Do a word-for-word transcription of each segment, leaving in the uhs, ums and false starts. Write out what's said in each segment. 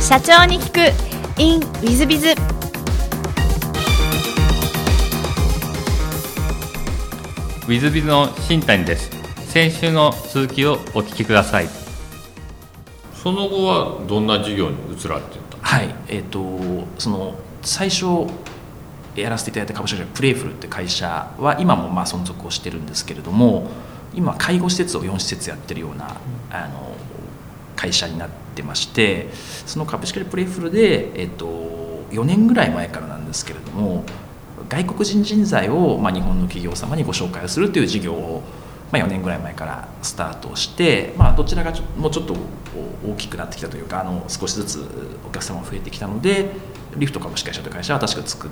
社長に聞く in ウィズビズ。 ウィズビズの新谷です。先週の続きをお聞きください。その後はどんな事業に移られていた？ はい、えーと、その最初やらせていただいた株式会社プレイフルって会社は今もまあ存続をしてるんですけれども、今介護施設をよん施設やってるようなあの会社になってまして、その株式会社プレイフルで、えーと、よねんぐらい前からなんですけれども、外国人人材をまあ日本の企業様にご紹介をするという事業をまあよねんぐらい前からスタートをして、まあ、どちらがちょもうちょっと大きくなってきたというか、あの少しずつお客様が増えてきたので、リフト株式会社という会社は私が作って、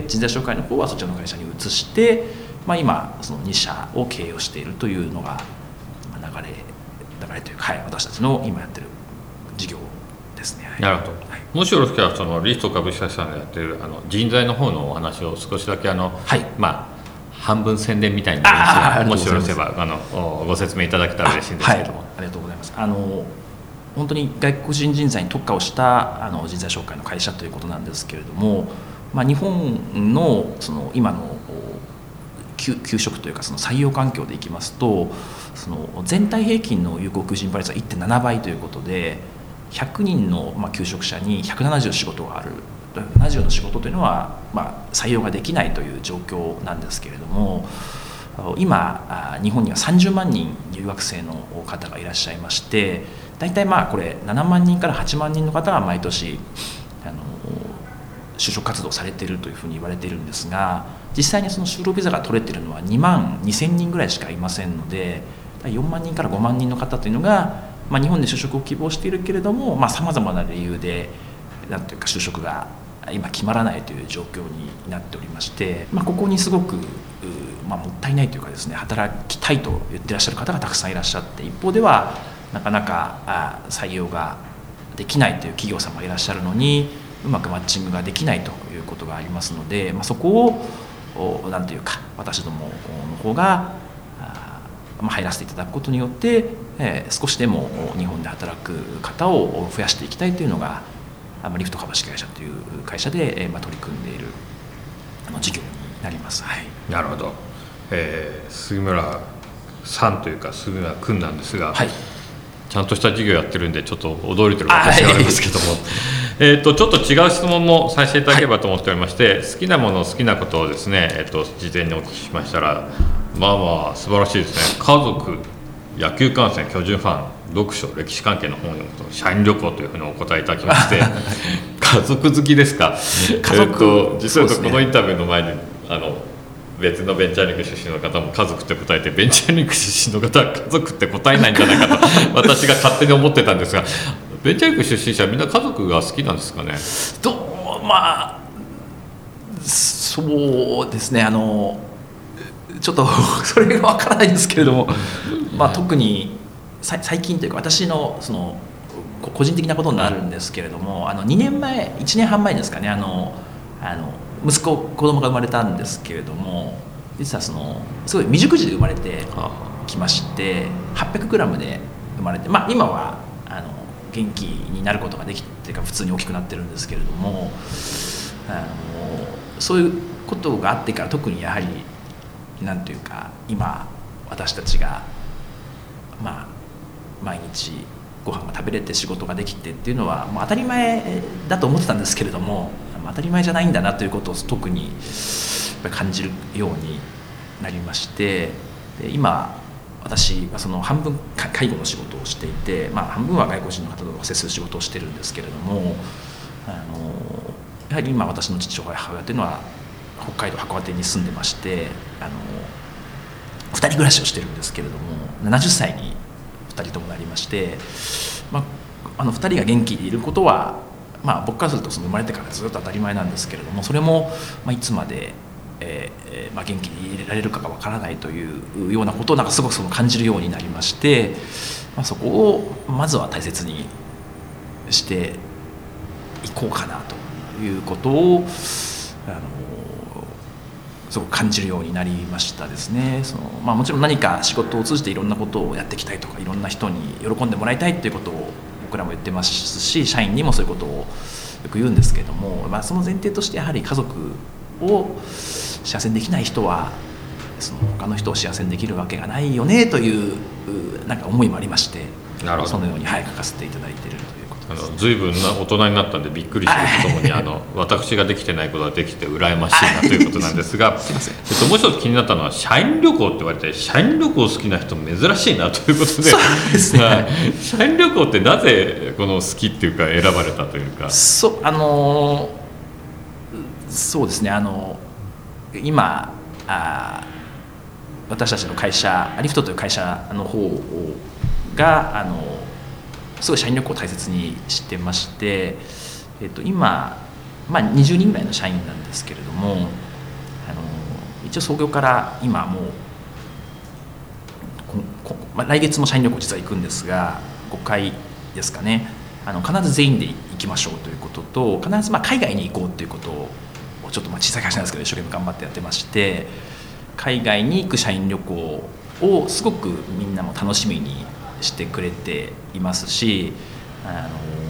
人材紹介の方はそちらの会社に移して、まあ、今そのに社を経営をしているというのが流れ流れというか、はい、私たちの今やってる事業ですね。はい、 なるほど、はい、もしよろしければそのリフト株式会社がやっているあの人材の方のお話を少しだけあの、はい、まあ半分宣伝みたいになりますが、もしよろしければあのご説明いただけたら嬉しいんですけれども。 はい、ありがとうございます。あの本当に外国人人材に特化をしたあの人材紹介の会社ということなんですけれども、まあ、日本 の, その今の給食というかその採用環境でいきますと、その全体平均の有効求人倍率は いってんなな 倍ということで、ひゃくにんのまあ求職者にひゃくななじゅう仕事がある。ななじゅうの仕事というのは、まあ、採用ができないという状況なんですけれども、今日本にはさんじゅうまんにん留学生の方がいらっしゃいまして、大体まあこれななまんにんからはちまんにんの方が毎年あの就職活動されているというふうに言われているんですが、実際にその就労ビザが取れているのはにまんにせんにんぐらいしかいませんので、よんまんにんからごまんにんの方というのが、まあ、日本で就職を希望しているけれども、さまざまな理由でなんというか就職が今決まらないという状況になっておりまして、まあ、ここにすごく、まあ、もったいないというかですね、働きたいと言ってらっしゃる方がたくさんいらっしゃって、一方ではなかなか採用ができないという企業様がいらっしゃるのに、うまくマッチングができないということがありますので、まあ、そこをなんというか私どもの方がまあ、入らせていただくことによって、えー、少しでも日本で働く方を増やしていきたいというのがリフト株式会社という会社で、えーまあ、取り組んでいるあの事業になります。はい、 なるほど、えー、杉村さんというか杉村君なんですが、はい、ちゃんとした事業やってるんでちょっっと驚いてる私があるんですけどもえとちょっと違う質問もさせていただければと思っておりまして、はい、好きなもの好きなことをですね、えー、と事前にお聞きしましたら、まあまあ素晴らしいですね。家族、野球観戦、巨人ファン、読書、歴史関係の本を読むと、社員旅行というふうにお答えいただきまして家族好きですか？家族、えー、と実はこのインタビューの前にあの別のベンチャーリンク出身の方も家族って答えて、ベンチャーリンク出身の方は家族って答えないんじゃないかと私が勝手に思ってたんですが、ベンチャーリンク出身者はみんな家族が好きなんですかね？ とまあそうですね、あのちょっとそれがわからないんですけれども、まあ、特に最近というか私のその個人的なことになるんですけれども、あのにねんまえいちねんはん前ですかね、あのあの息子子供が生まれたんですけれども、実はそのすごい未熟児で生まれてきまして、はっぴゃくグラムで生まれて、まあ、今はあの元気になることができてか普通に大きくなってるんですけれども、あのそういうことがあってから特にやはりなんというか今私たちがまあ毎日ご飯が食べれて仕事ができてっていうのは、まあ、当たり前だと思ってたんですけれども、当たり前じゃないんだなということを特にやっぱり感じるようになりまして、で今私はその半分介護の仕事をしていて、まあ、半分は外国人の方と接する仕事をしてるんですけれども、あのやはり今私の父親母親というのは北海道函館に住んでまして、あのふたり暮らしをしてるんですけれども、ななじゅっさいにふたりともなりまして、まあ、あのふたりが元気でいることは、まあ、僕からするとその生まれてからずっと当たり前なんですけれども、それも、まあ、いつまで、えーまあ、元気にいられるかがわからないというようなことをなんかすごくその感じるようになりまして、まあ、そこをまずは大切にしていこうかなということをあのすごく感じるようになりましたですね。その、まあ、もちろん何か仕事を通じていろんなことをやっていきたいとか、いろんな人に喜んでもらいたいということを僕らも言ってますし、社員にもそういうことをよく言うんですけども、まあ、その前提としてやはり家族を幸せにできない人はその他の人を幸せにできるわけがないよねというなんか思いもありまして、 なるほど、 そのように、はい、書かせていただいているということです。 あの随分な大人になったんでびっくりしてるとともにあの私ができてないことができて羨ましいなということなんですがすいません、えっと、もう一つ気になったのは社員旅行って言われて、社員旅行好きな人珍しいなということで、 そうですね、はい、 社員旅行ってなぜこの好きっていうか選ばれたというか。 そうあのそうですね、あの今あ私たちの会社アリフトという会社の方があのすごい社員旅行を大切にしてまして、えっと、今、まあ、にじゅうにんぐらいの社員なんですけれども、あの一応創業から今もうここ、まあ、来月も社員旅行実は行くんですがごかいですかね、あの必ず全員で行きましょうということと、必ずまあ海外に行こうということをちょっとまあ小さい会社なんですけど一生懸命頑張ってやってまして、海外に行く社員旅行をすごくみんなも楽しみにしてくれていますし、あの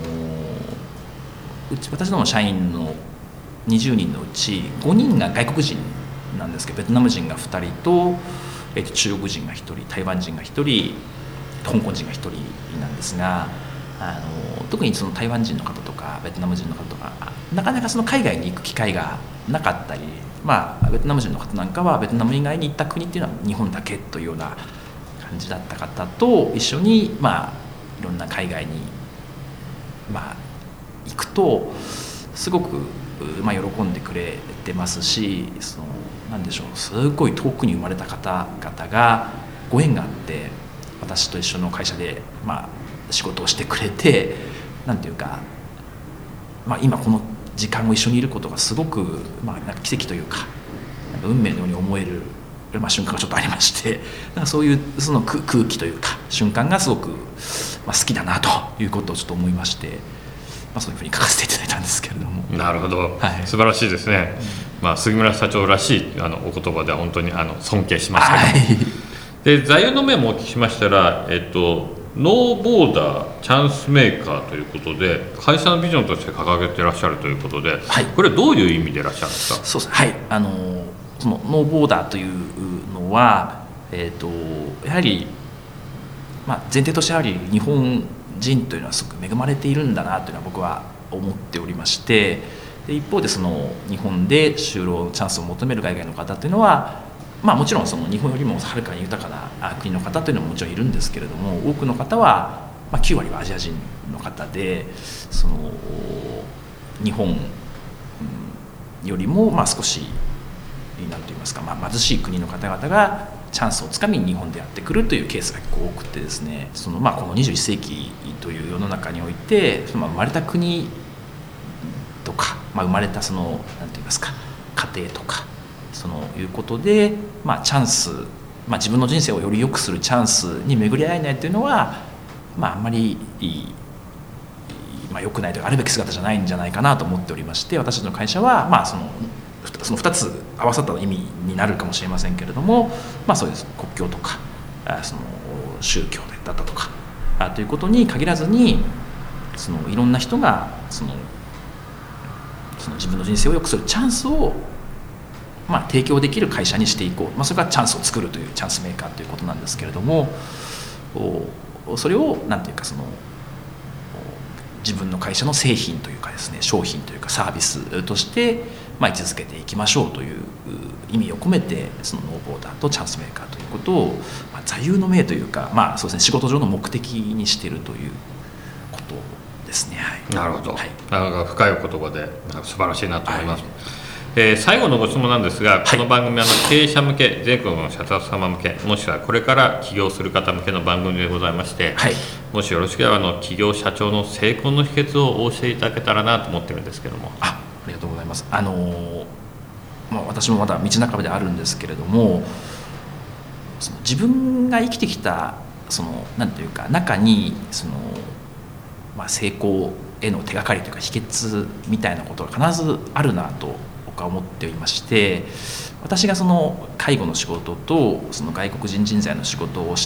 うち私ども社員のにじゅうにんのうちごにんが外国人なんですけど、ベトナム人がふたりと、えっと、中国人がひとり、台湾人がひとり、香港人がひとりなんですが、あの特にその台湾人の方とかベトナム人の方とかなかなかその海外に行く機会がなかったり、まあ、ベトナム人の方なんかはベトナム以外に行った国っていうのは日本だけというような感じだった方と一緒に、まあ、いろんな海外に、まあ、行くとすごく、まあ、喜んでくれてますし、そのなんでしょう、すごい遠くに生まれた方々がご縁があって私と一緒の会社で、まあ、仕事をしてくれて、なんていうか、まあ、今この時間を一緒にいることがすごく、まあ、なんか奇跡というか、なんか運命のように思える、まあ、瞬間がちょっとありまして、なんかそういうその空気というか瞬間がすごく、まあ、好きだなということをちょっと思いまして、まあ、そういうふうに書かせていただいたんですけれども。 なるほど、はい、素晴らしいですね、うん、まあ、杉村社長らしいあのお言葉では本当にあの尊敬しましたけど、はい、で座右の銘もお聞きしましたら、えっとノーボーダーチャンスメーカーということで会社のビジョンとして掲げていらっしゃるということで、はい、これはどういう意味でいらっしゃるんですか。 そうです、はい、あのそのノーボーダーというのは、えー、とやはり、まあ、前提としてやはり日本人というのはすごく恵まれているんだなというのは僕は思っておりまして、で一方でその日本で就労チャンスを求める海外の方というのは、まあ、もちろんその日本よりもはるかに豊かな国の方というのももちろんいるんですけれども、多くの方は、まあ、きゅうわりはアジア人の方で、その日本よりもまあ少し何と言いますか、まあ、貧しい国の方々がチャンスをつかみに日本でやってくるというケースが結構多くてですね、そのまあこのにじゅういっせいきという世の中において、その生まれた国とか、まあ、生まれたその何と言いますか家庭とかそのいうことで、まあ、チャンス、まあ、自分の人生をより良くするチャンスに巡り合えないというのは、まあ、あんまりいい、まあ、良くないというかあるべき姿じゃないんじゃないかなと思っておりまして、私たちの会社は、まあ、そのそのふたつ合わさった意味になるかもしれませんけれども、まあ、そういう国境とかその宗教だったとかということに限らずに、そのいろんな人がそのその自分の人生を良くするチャンスをまあ、提供できる会社にしていこう、まあ、それがチャンスを作るというチャンスメーカーということなんですけれども、それをなんていうかその自分の会社の製品というかですね、商品というかサービスとしてまあ位置づけていきましょうという意味を込めて、そのノーボーダーとチャンスメーカーということを、まあ、座右の銘というか、まあそうですね、仕事上の目的にしているということですね。はい、 なるほど、 はい、 なんか深いお言葉で素晴らしいなと思います。はい、えー、最後のご質問なんですが、この番組は経営者向け、全国の社長様向け、もしくはこれから起業する方向けの番組でございまして、はい、もしよろしければあの起業社長の成功の秘訣をお教えいただけたらなと思ってるんですけども。 あ, ありがとうございます。あのーまあ、私もまだ道半ばであるんですけれども、その自分が生きてきたそのなんていうか中にその、まあ、成功への手がかりというか秘訣みたいなことが必ずあるなと僕は思っていまして、私がその介護の仕事とその外国人人材の仕事をし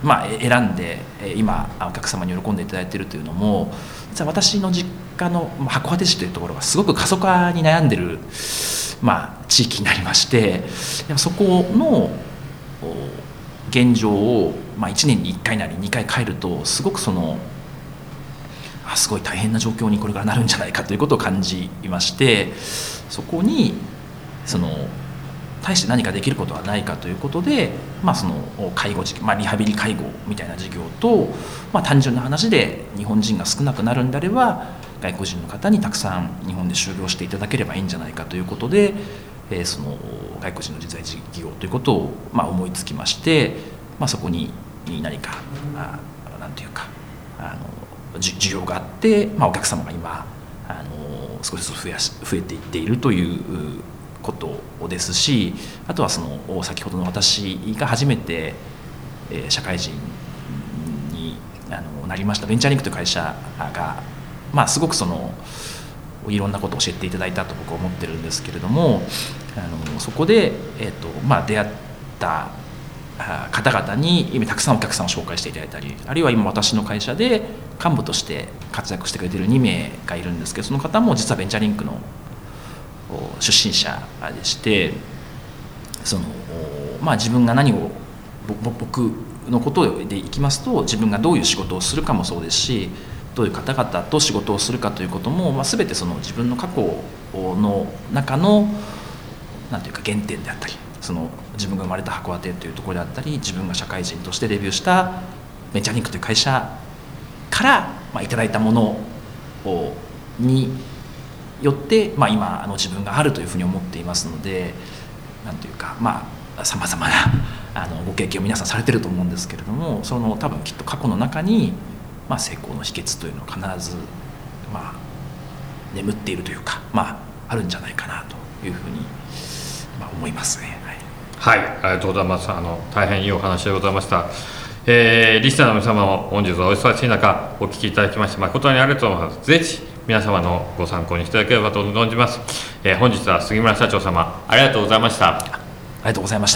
まあ、選んで今お客様に喜んでいただいているというのも、実は私の実家の函館市というところがすごく過疎化に悩んでいる、まあ、地域になりまして、そこの現状を、まあ、いちねんにいっかいなりにかい帰ると、すごくそのあすごい大変な状況にこれからなるんじゃないかということを感じまして、そこにその対して何かできることはないかということで、まあ、その介護事業、まあ、リハビリ介護みたいな事業と、まあ、単純な話で日本人が少なくなるんであれば外国人の方にたくさん日本で就業していただければいいんじゃないかということで、えー、その外国人の人材事業ということを、まあ、思いつきまして、まあ、そこに何かあなんていうかあの需要があって、まあ、お客様が今あの少しずつ増やし増えていっているということですし、あとはその先ほどの私が初めて社会人になりましたベンチャーリンクという会社が、まあ、すごくそのいろんなことを教えていただいたと僕は思ってるんですけれども、あのそこで、えーとまあ、出会った方々に今たくさんお客さんを紹介していただいたり、あるいは今私の会社で幹部として活躍してくれているにめいがいるんですけど、その方も実はベンチャーリンクの出身者でして、その、まあ、自分が何を僕のことでいきますと、自分がどういう仕事をするかもそうですし、どういう方々と仕事をするかということも、まあ、全てその自分の過去の中のなんていうか原点であったり、その自分が生まれた函館というところであったり、自分が社会人としてデビューしたベンチャーリンクという会社から、まあ、いただいたものをによって、まあ、今あの自分があるというふうに思っていますので、なんていうかまあさまざまなあのご経験を皆さんされてると思うんですけれども、その多分きっと過去の中に、まあ、成功の秘訣というのは必ず、まあ、眠っているというか、まあ、あるんじゃないかなというふうに、まあ、思いますね。 はい、はい、ありがとうございます。あの大変いいお話でございました。えー、リスナーの皆様も本日はお忙しい中お聞きいただきまして誠にありがとうございます。ぜひ皆様のご参考にしていただければと存じます。えー、本日は杉村社長様ありがとうございました。 ありがとうございました。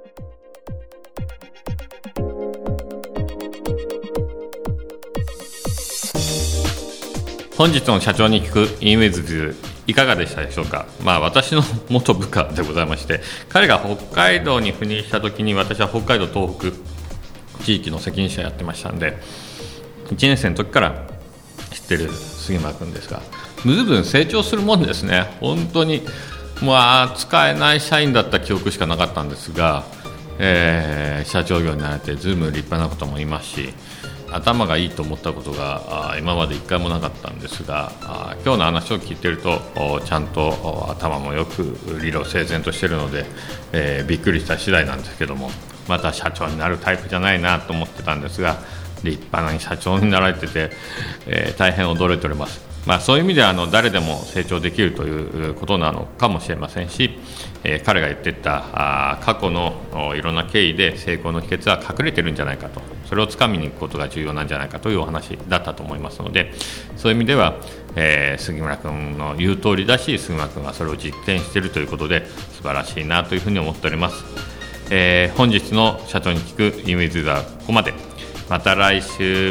本日の社長に聞くインウェイズビズいかがでしたでしょうか。まあ、私の元部下でございまして、彼が北海道に赴任した時に私は北海道東北地域の責任者やってましたんで、いちねん生の時から知ってる杉村君ですが、ずいぶん成長するもんですね。本当にまあ使えない社員だった記憶しかなかったんですが、えー、社長業になれてずいぶん立派なことも言いますし、頭がいいと思ったことが今まで一回もなかったんですが、今日の話を聞いているとちゃんと頭もよく理路整然としているので、えー、びっくりした次第なんですけども、また社長になるタイプじゃないなと思ってたんですが、立派な社長になられてて、えー、大変驚いております。まあ、そういう意味ではあの誰でも成長できるということなのかもしれませんし、えー、彼が言っていたあ過去のいろんな経緯で成功の秘訣は隠れているんじゃないかと、それをつかみに行くことが重要なんじゃないかというお話だったと思いますので、そういう意味では、えー、杉村君の言う通りだし、杉村君がそれを実践しているということで素晴らしいなというふうに思っております。えー、本日の社長に聞くインウェイズはここまで。また来週。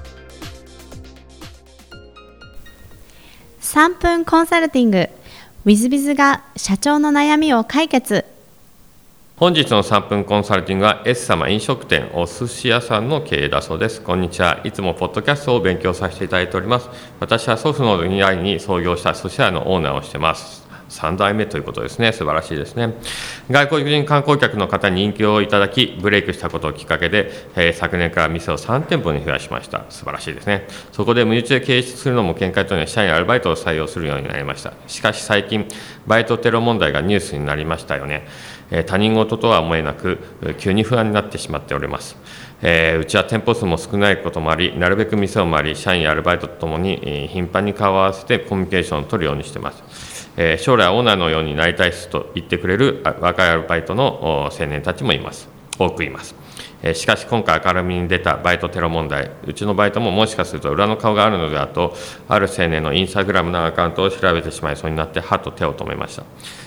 さんぷんコンサルティング ウィズビズ が社長の悩みを解決。 本日のさんぷんコンサルティングは S 様飲食店お寿司屋さんの経営だそうです。こんにちは。いつもポッドキャストを勉強させていただいております。私は祖父の未来に創業した寿司屋のオーナーをしています。さんだいめということですね。素晴らしいですね。外国人観光客の方に人気をいただきブレイクしたことをきっかけで、えー、昨年から店をさんてんぽに増やしました。素晴らしいですね。そこで無痛で経営するのも限界というのは社員アルバイトを採用するようになりました。しかし最近バイトテロ問題がニュースになりましたよね。えー、他人事とは思えなく急に不安になってしまっております。えー、うちは店舗数も少ないこともあり、なるべく店を回り社員アルバイトとともに、えー、頻繁に顔を合わせてコミュニケーションを取るようにしています。えー、将来オーナーのようになりたいですと言ってくれる若いアルバイトの青年たちもいます。多くいます。えー、しかし今回明るみに出たバイトテロ問題、うちのバイトももしかすると裏の顔があるのではと、ある青年のインスタグラムのアカウントを調べてしまいそうになってはっと手を止めました。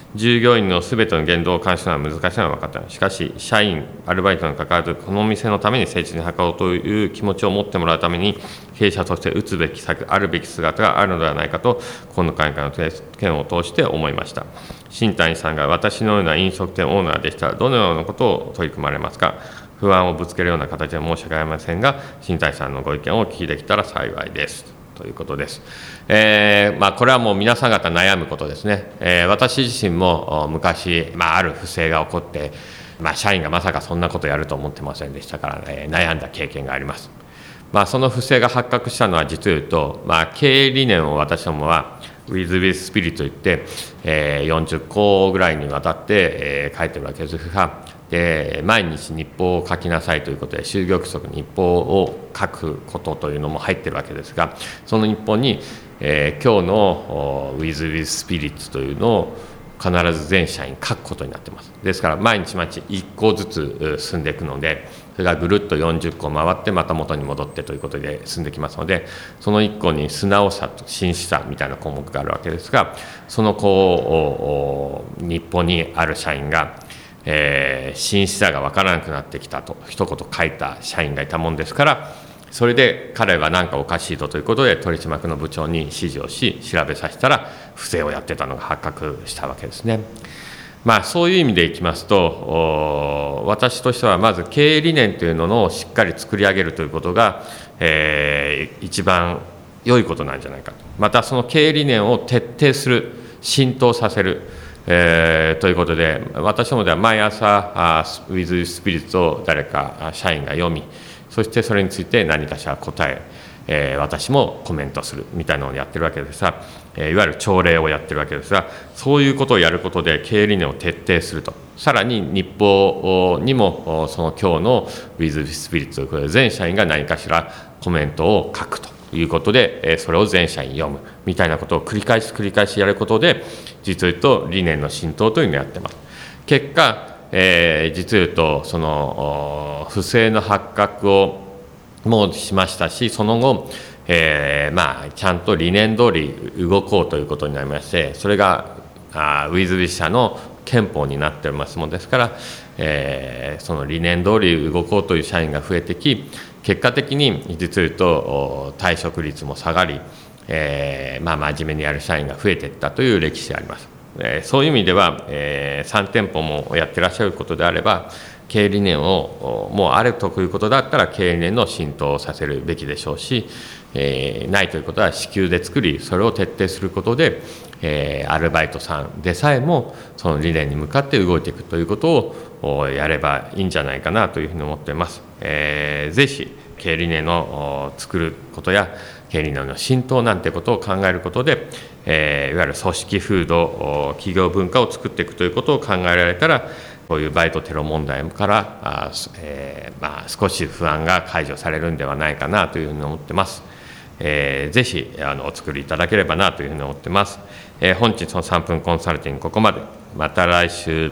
従業員のすべての言動を監視するのは難しいのは分かった。しかし、社員、アルバイトに関わらず、この店のために誠実に図ろうという気持ちを持ってもらうために、経営者として打つべき策、あるべき姿があるのではないかと、今回の件を通して思いました。新谷さんが私のような飲食店オーナーでしたら、どのようなことを取り組まれますか。不安をぶつけるような形で申し訳ありませんが、新谷さんのご意見をお聞きできたら幸いです。ということです。えーまあ、これはもう皆さん方悩むことですね。えー、私自身も昔、まあ、ある不正が起こって、まあ、社員がまさかそんなことをやると思ってませんでしたから、えー、悩んだ経験があります。まあ、その不正が発覚したのは実を言うと、まあ、経営理念を私どもは With With Spirit といって、えー、よんじゅっこぐらいにわたって、えー、書いてるわけですが、で毎日日報を書きなさいということで就業規則日報を書くことというのも入っているわけですが、その日報に、えー、今日の With With Spirit というのを必ず全社員書くことになっています。ですから毎日毎日いっこずつ進んでいくので、それがぐるっとよんじゅっこ回ってまた元に戻ってということで進んできますので、そのいっこに素直さと真摯さみたいな項目があるわけですが、そのこう日報にある社員がえー、真摯さが分からなくなってきたと一言書いた社員がいたもんですから、それで彼は何かおかしいとということで取締役の部長に指示をし調べさせたら不正をやってたのが発覚したわけですね。まあ、そういう意味でいきますと、私としてはまず経営理念というのをしっかり作り上げるということが、えー、一番良いことなんじゃないかと。またその経営理念を徹底する、浸透させる、えー、ということで、私どもでは毎朝「With Spirit」を誰か社員が読み、そしてそれについて何かしら答え、えー、私もコメントするみたいなのをやってるわけですが、えー、いわゆる朝礼をやってるわけですが、そういうことをやることで経営理念を徹底すると。さらに日報にもその今日の「With Spirit」ということで全社員が何かしらコメントを書くということで、それを全社員読むみたいなことを繰り返し繰り返しやることで、実を言うと理念の浸透というのをやってます。結果、えー、実を言うとその不正の発覚をもしましたし、その後、えーまあ、ちゃんと理念通り動こうということになりまして、それがあウィズビス社の憲法になっておりますものですから、えー、その理念通り動こうという社員が増えてき、結果的に実を言うと退職率も下がり、えーまあ、真面目にやる社員が増えていったという歴史があります。えー、そういう意味では、えー、さん店舗もやってらっしゃることであれば、経営理念をもうあるということだったら経営理念の浸透をさせるべきでしょうし、えー、ないということは至急で作り、それを徹底することで、えー、アルバイトさんでさえもその理念に向かって動いていくということをやればいいんじゃないかなというふうに思っています。えー、ぜひ経営理念の作ることや経営理念の浸透なんてことを考えることで、えー、いわゆる組織風土、企業文化を作っていくということを考えられたら、こういうバイトテロ問題からあ、えーまあ、少し不安が解除されるんではないかなというふうに思っています。えー、ぜひあのお作りいただければなというふうに思っています。えー、本日のさんぷんコンサルティングここまで。また来週。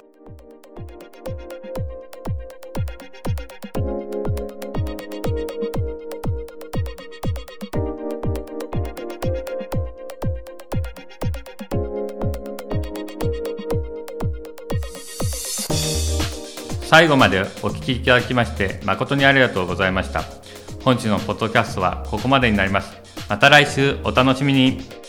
最後までお聞きいただきまして誠にありがとうございました。本日のポッドキャストはここまでになります。また来週お楽しみに。